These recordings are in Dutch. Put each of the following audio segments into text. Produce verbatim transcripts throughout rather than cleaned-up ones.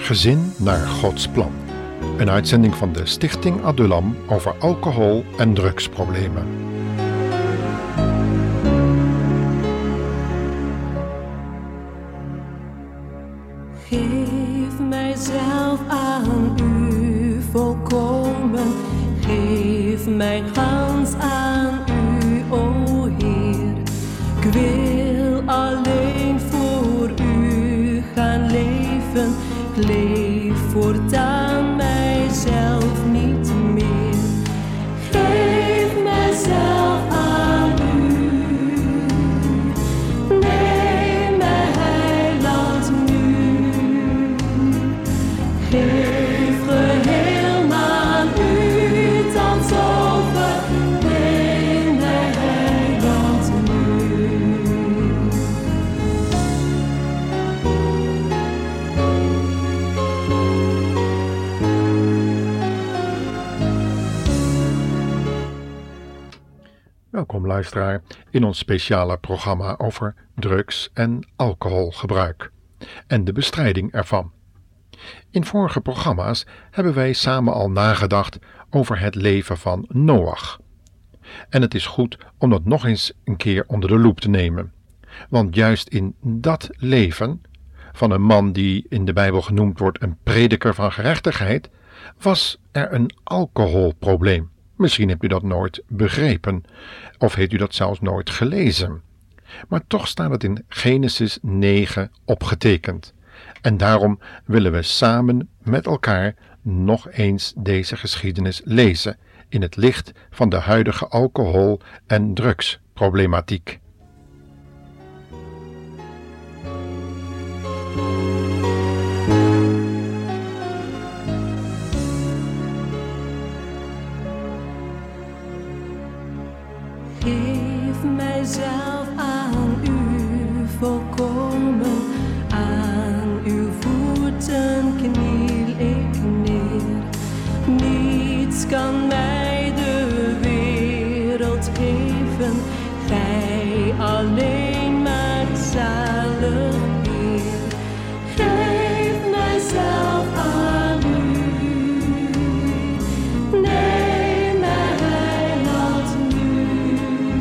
Gezin naar Gods plan. Een uitzending van de Stichting Adullam over alcohol- en drugsproblemen. Geef mijzelf aan u volkomen, geef mijn gans aan u, o Heer. Ik wil alleen voor u gaan leven, ik leef voortaan mijzelf niet meer. Geef mijzelf aan u, neem mij heiland nu. Geef geheel aan u, thans over, neem mij heiland nu. Welkom luisteraar in ons speciale programma over drugs- en alcoholgebruik en de bestrijding ervan. In vorige programma's hebben wij samen al nagedacht over het leven van Noach. En het is goed om dat nog eens een keer onder de loep te nemen. Want juist in dat leven van een man die in de Bijbel genoemd wordt een prediker van gerechtigheid, was er een alcoholprobleem. Misschien hebt u dat nooit begrepen, of heeft u dat zelfs nooit gelezen. Maar toch staat het in Genesis negen opgetekend. En daarom willen we samen met elkaar nog eens deze geschiedenis lezen, in het licht van de huidige alcohol- en drugsproblematiek. Geef mijzelf aan u volkomen, aan uw voeten kniel ik neer. Niets kan mij de wereld geven, gij alleen maakt zalig Heer. Geef mijzelf aan u, neem mij heiland nu.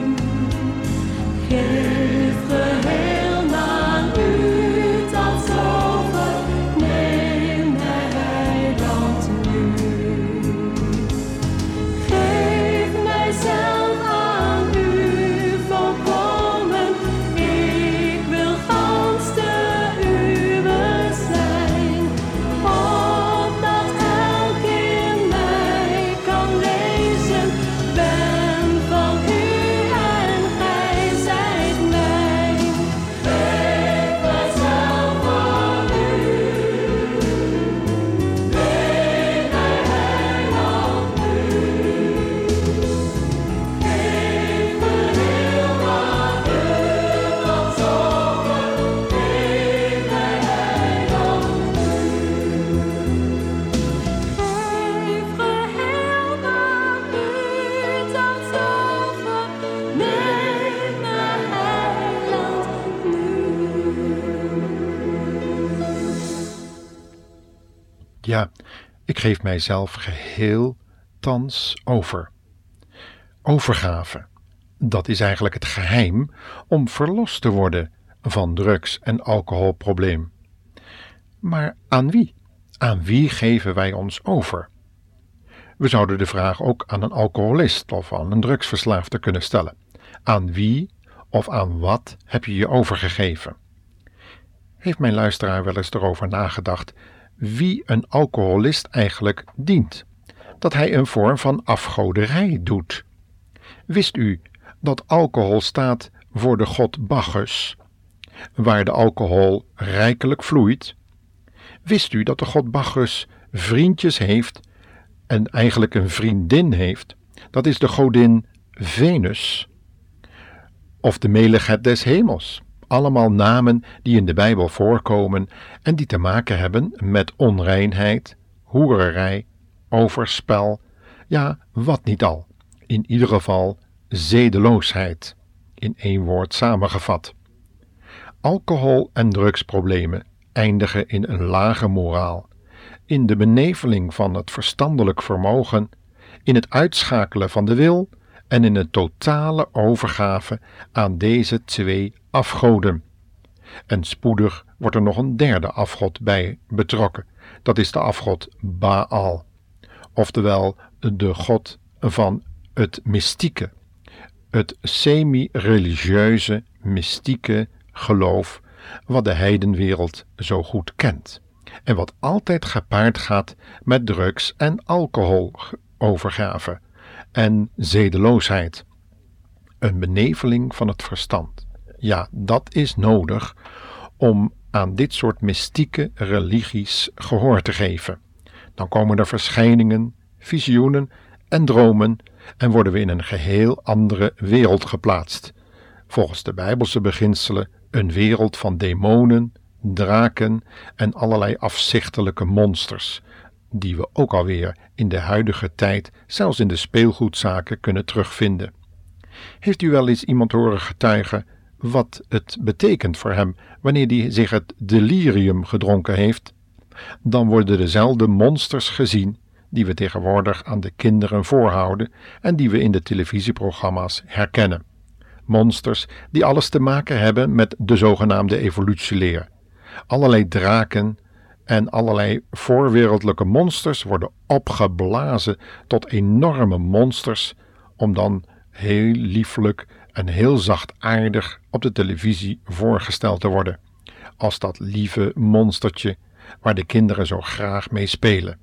Geef geheel aan u, thans over, neem mij heiland nu. Geef mijzelf aan u volkomen, ik wil gans de uwe zijn, opdat elk in mij kan lezen, ben van u en gij zijt mijn. Geef mijzelf aan u, neem mij heiland nu. Geef geheel aan u, thans over, neem mij heiland nu. Geef geheel aan u, thans over, neem mij heiland nu. Ja, ik geef mijzelf geheel thans over. Overgave, dat is eigenlijk het geheim om verlost te worden van drugs- en alcoholprobleem. Maar aan wie? Aan wie geven wij ons over? We zouden de vraag ook aan een alcoholist of aan een drugsverslaafde kunnen stellen. Aan wie of aan wat heb je je overgegeven? Heeft mijn luisteraar wel eens erover nagedacht wie een alcoholist eigenlijk dient? Dat hij een vorm van afgoderij doet. Wist u dat alcohol staat voor de god Bacchus, waar de alcohol rijkelijk vloeit? Wist u dat de god Bacchus vriendjes heeft en eigenlijk een vriendin heeft? Dat is de godin Venus of de meligheid des hemels. Allemaal namen die in de Bijbel voorkomen en die te maken hebben met onreinheid, hoererij, overspel, ja, wat niet al. In ieder geval zedeloosheid, in één woord samengevat. Alcohol- en drugsproblemen eindigen in een lage moraal, in de beneveling van het verstandelijk vermogen, in het uitschakelen van de wil en in een totale overgave aan deze twee afgoden. En spoedig wordt er nog een derde afgod bij betrokken. Dat is de afgod Baal, oftewel de god van het mystieke, het semi-religieuze, mystieke geloof wat de heidenwereld zo goed kent en wat altijd gepaard gaat met drugs- en alcoholovergave en zedeloosheid. Een beneveling van het verstand. Ja, dat is nodig om aan dit soort mystieke religies gehoor te geven. Dan komen er verschijningen, visioenen en dromen en worden we in een geheel andere wereld geplaatst. Volgens de Bijbelse beginselen een wereld van demonen, draken en allerlei afzichtelijke monsters, die we ook alweer in de huidige tijd zelfs in de speelgoedzaken kunnen terugvinden. Heeft u wel eens iemand horen getuigen wat het betekent voor hem wanneer hij zich het delirium gedronken heeft? Dan worden dezelfde monsters gezien die we tegenwoordig aan de kinderen voorhouden en die we in de televisieprogramma's herkennen. Monsters die alles te maken hebben met de zogenaamde evolutieleer. Allerlei draken en allerlei voorwereldlijke monsters worden opgeblazen tot enorme monsters om dan heel lieflijk en heel zachtaardig op de televisie voorgesteld te worden, als dat lieve monstertje waar de kinderen zo graag mee spelen.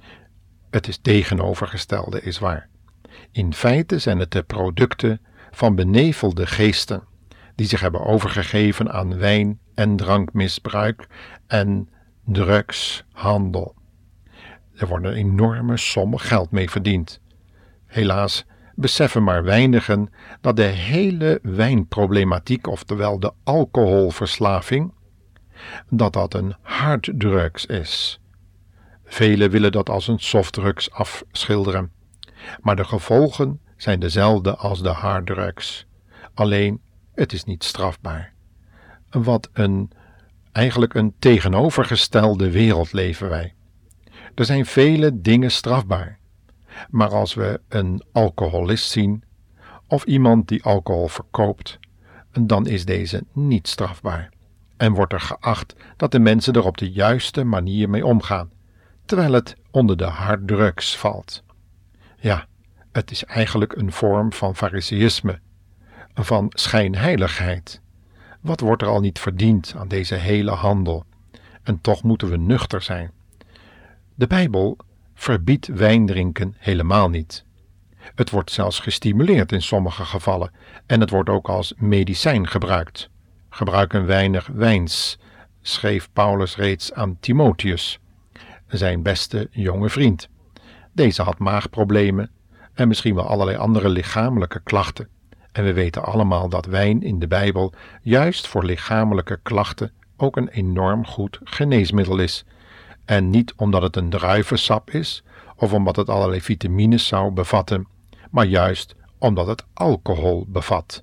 Het is tegenovergestelde, is waar. In feite zijn het de producten van benevelde geesten, die zich hebben overgegeven aan wijn- en drankmisbruik en drugshandel. Er wordt een enorme som geld mee verdiend. Helaas beseffen maar weinigen dat de hele wijnproblematiek, oftewel de alcoholverslaving, dat dat een harddrugs is. Velen willen dat als een softdrugs afschilderen, maar de gevolgen zijn dezelfde als de harddrugs. Alleen, het is niet strafbaar. Wat een, eigenlijk een tegenovergestelde wereld leven wij. Er zijn vele dingen strafbaar. Maar als we een alcoholist zien, of iemand die alcohol verkoopt, dan is deze niet strafbaar. En wordt er geacht dat de mensen er op de juiste manier mee omgaan, terwijl het onder de harddrugs valt. Ja, het is eigenlijk een vorm van fariseïsme, van schijnheiligheid. Wat wordt er al niet verdiend aan deze hele handel? En toch moeten we nuchter zijn. De Bijbel verbiedt wijndrinken helemaal niet. Het wordt zelfs gestimuleerd in sommige gevallen en het wordt ook als medicijn gebruikt. Gebruik een weinig wijns, schreef Paulus reeds aan Timotheus, zijn beste jonge vriend. Deze had maagproblemen en misschien wel allerlei andere lichamelijke klachten. En we weten allemaal dat wijn in de Bijbel juist voor lichamelijke klachten ook een enorm goed geneesmiddel is. En niet omdat het een druivensap is of omdat het allerlei vitamines zou bevatten, maar juist omdat het alcohol bevat.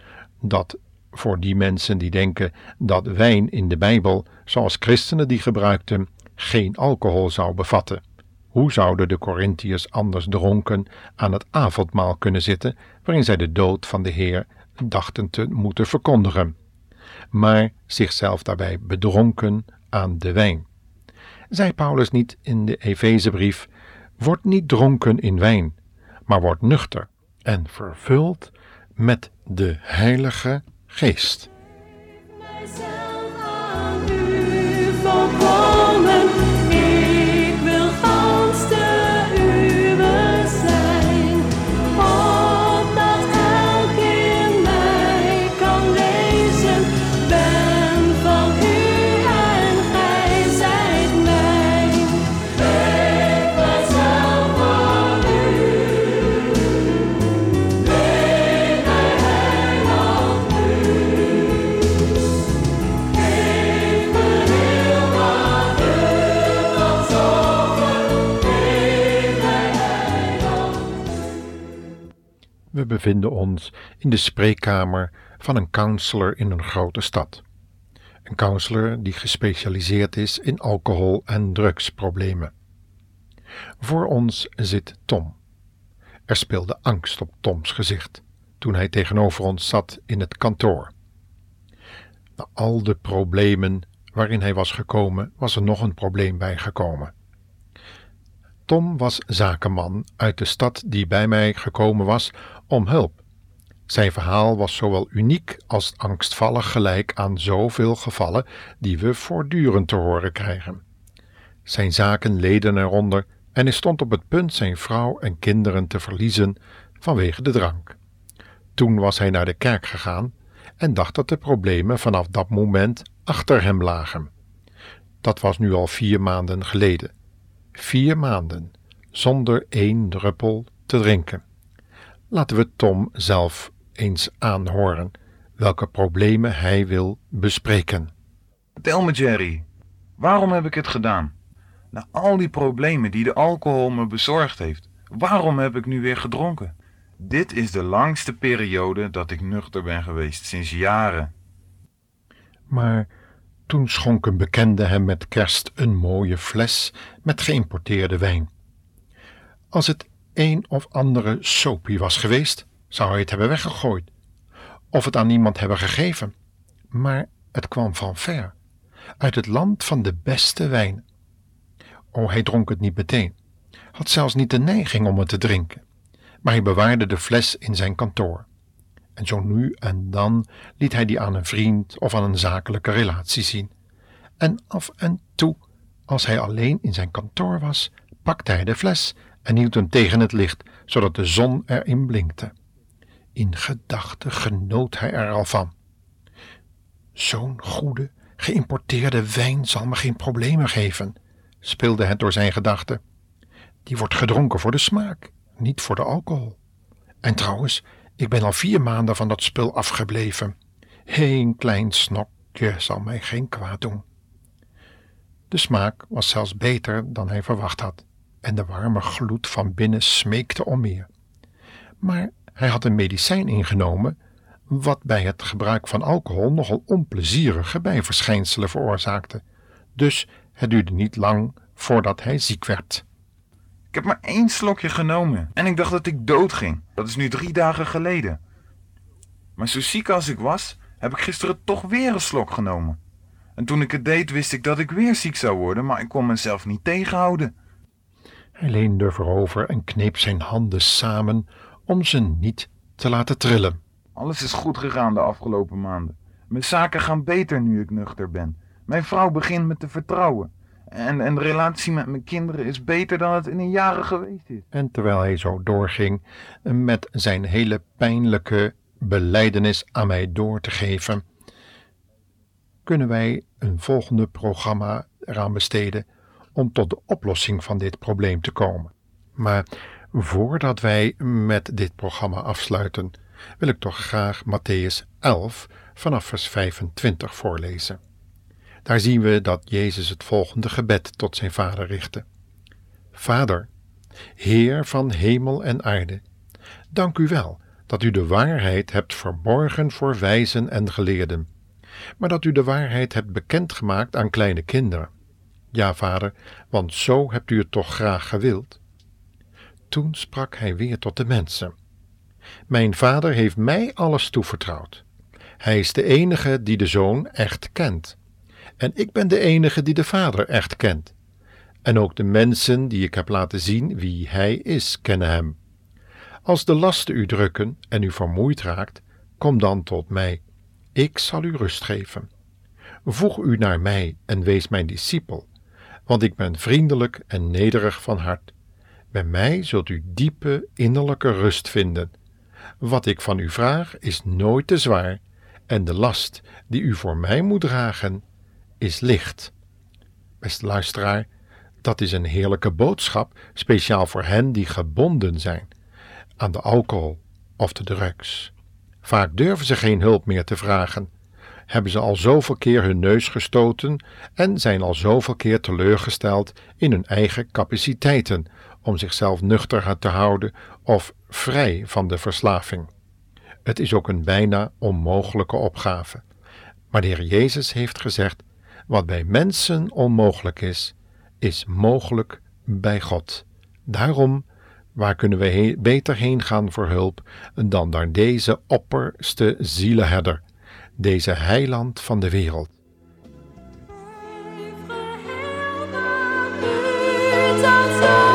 Dat voor die mensen die denken dat wijn in de Bijbel, zoals christenen die gebruikten, geen alcohol zou bevatten. Hoe zouden de Korintiërs anders dronken aan het avondmaal kunnen zitten, waarin zij de dood van de Heer dachten te moeten verkondigen, maar zichzelf daarbij bedronken aan de wijn? Zei Paulus niet in de Efezebrief: word niet dronken in wijn, maar word nuchter en vervuld met de Heilige Geest. Mijzelf aan u volkomen, ik wil gans de uwe zijn, opdat elk in mij kan lezen, ben van u en gij zijt mijn. Ik mijzelf aan u, neem mij heiland u. Geef me heel wat u kan zorgen, neem mij heiland. We bevinden ons in de spreekkamer van een counselor in een grote stad. een counselor die gespecialiseerd is in alcohol- en drugsproblemen. Voor ons zit Tom. Er speelde angst op Toms gezicht toen hij tegenover ons zat in het kantoor. Na al de problemen waarin hij was gekomen, was er nog een probleem bijgekomen. Tom was zakenman uit de stad die bij mij gekomen was om hulp. Zijn verhaal was zowel uniek als angstvallig gelijk aan zoveel gevallen die we voortdurend te horen krijgen. Zijn zaken leden eronder en hij stond op het punt zijn vrouw en kinderen te verliezen vanwege de drank. Toen was hij naar de kerk gegaan en dacht dat de problemen vanaf dat moment achter hem lagen. Dat was nu al vier maanden geleden. Vier maanden, zonder één druppel te drinken. Laten we Tom zelf eens aanhoren welke problemen hij wil bespreken. Vertel me, Jerry, waarom heb ik het gedaan? Na al die problemen die de alcohol me bezorgd heeft, waarom heb ik nu weer gedronken? Dit is de langste periode dat ik nuchter ben geweest, sinds jaren. Maar toen schonk een bekende hem met kerst een mooie fles met geïmporteerde wijn. Als het een of andere soapie was geweest, zou hij het hebben weggegooid, of het aan iemand hebben gegeven. Maar het kwam van ver, uit het land van de beste wijn. O, hij dronk het niet meteen, had zelfs niet de neiging om het te drinken, maar hij bewaarde de fles in zijn kantoor. En zo nu en dan liet hij die aan een vriend of aan een zakelijke relatie zien. En af en toe, als hij alleen in zijn kantoor was, pakte hij de fles en hield hem tegen het licht, zodat de zon erin blinkte. In gedachten genoot hij er al van. Zo'n goede, geïmporteerde wijn zal me geen problemen geven, speelde het door zijn gedachten. Die wordt gedronken voor de smaak, niet voor de alcohol. En trouwens, ik ben al vier maanden van dat spul afgebleven. Een klein snokje zal mij geen kwaad doen. De smaak was zelfs beter dan hij verwacht had, en de warme gloed van binnen smeekte om meer. Maar hij had een medicijn ingenomen, wat bij het gebruik van alcohol nogal onplezierige bijverschijnselen veroorzaakte. Dus het duurde niet lang voordat hij ziek werd. Ik heb maar één slokje genomen en ik dacht dat ik doodging. Dat is nu drie dagen geleden. Maar zo ziek als ik was, heb ik gisteren toch weer een slok genomen. En toen ik het deed, wist ik dat ik weer ziek zou worden, maar ik kon mezelf niet tegenhouden. Hij leunde voorover en kneep zijn handen samen om ze niet te laten trillen. Alles is goed gegaan de afgelopen maanden. Mijn zaken gaan beter nu ik nuchter ben. Mijn vrouw begint me te vertrouwen. En, en de relatie met mijn kinderen is beter dan het in een jaren geweest is. En terwijl hij zo doorging met zijn hele pijnlijke belijdenis aan mij door te geven, kunnen wij een volgende programma eraan besteden om tot de oplossing van dit probleem te komen. Maar voordat wij met dit programma afsluiten, wil ik toch graag Mattheüs elf vanaf vers vijfentwintig voorlezen. Daar zien we dat Jezus het volgende gebed tot zijn Vader richtte. Vader, Heer van hemel en aarde, dank u wel dat u de waarheid hebt verborgen voor wijzen en geleerden, maar dat u de waarheid hebt bekendgemaakt aan kleine kinderen. Ja, Vader, want zo hebt u het toch graag gewild. Toen sprak hij weer tot de mensen. Mijn Vader heeft mij alles toevertrouwd. Hij is de enige die de Zoon echt kent. En ik ben de enige die de Vader echt kent. En ook de mensen die ik heb laten zien wie hij is, kennen hem. Als de lasten u drukken en u vermoeid raakt, kom dan tot mij. Ik zal u rust geven. Voeg u naar mij en wees mijn discipel, want ik ben vriendelijk en nederig van hart. Bij mij zult u diepe innerlijke rust vinden. Wat ik van u vraag is nooit te zwaar, en de last die u voor mij moet dragen is licht. Beste luisteraar, dat is een heerlijke boodschap, speciaal voor hen die gebonden zijn aan de alcohol of de drugs. Vaak durven ze geen hulp meer te vragen, hebben ze al zoveel keer hun neus gestoten en zijn al zoveel keer teleurgesteld in hun eigen capaciteiten om zichzelf nuchter te houden of vrij van de verslaving. Het is ook een bijna onmogelijke opgave. Maar de Heer Jezus heeft gezegd, wat bij mensen onmogelijk is, is mogelijk bij God. Daarom, waar kunnen we he- beter heen gaan voor hulp dan naar deze opperste zielenherder, deze heiland van de wereld. Geheel naar u, dan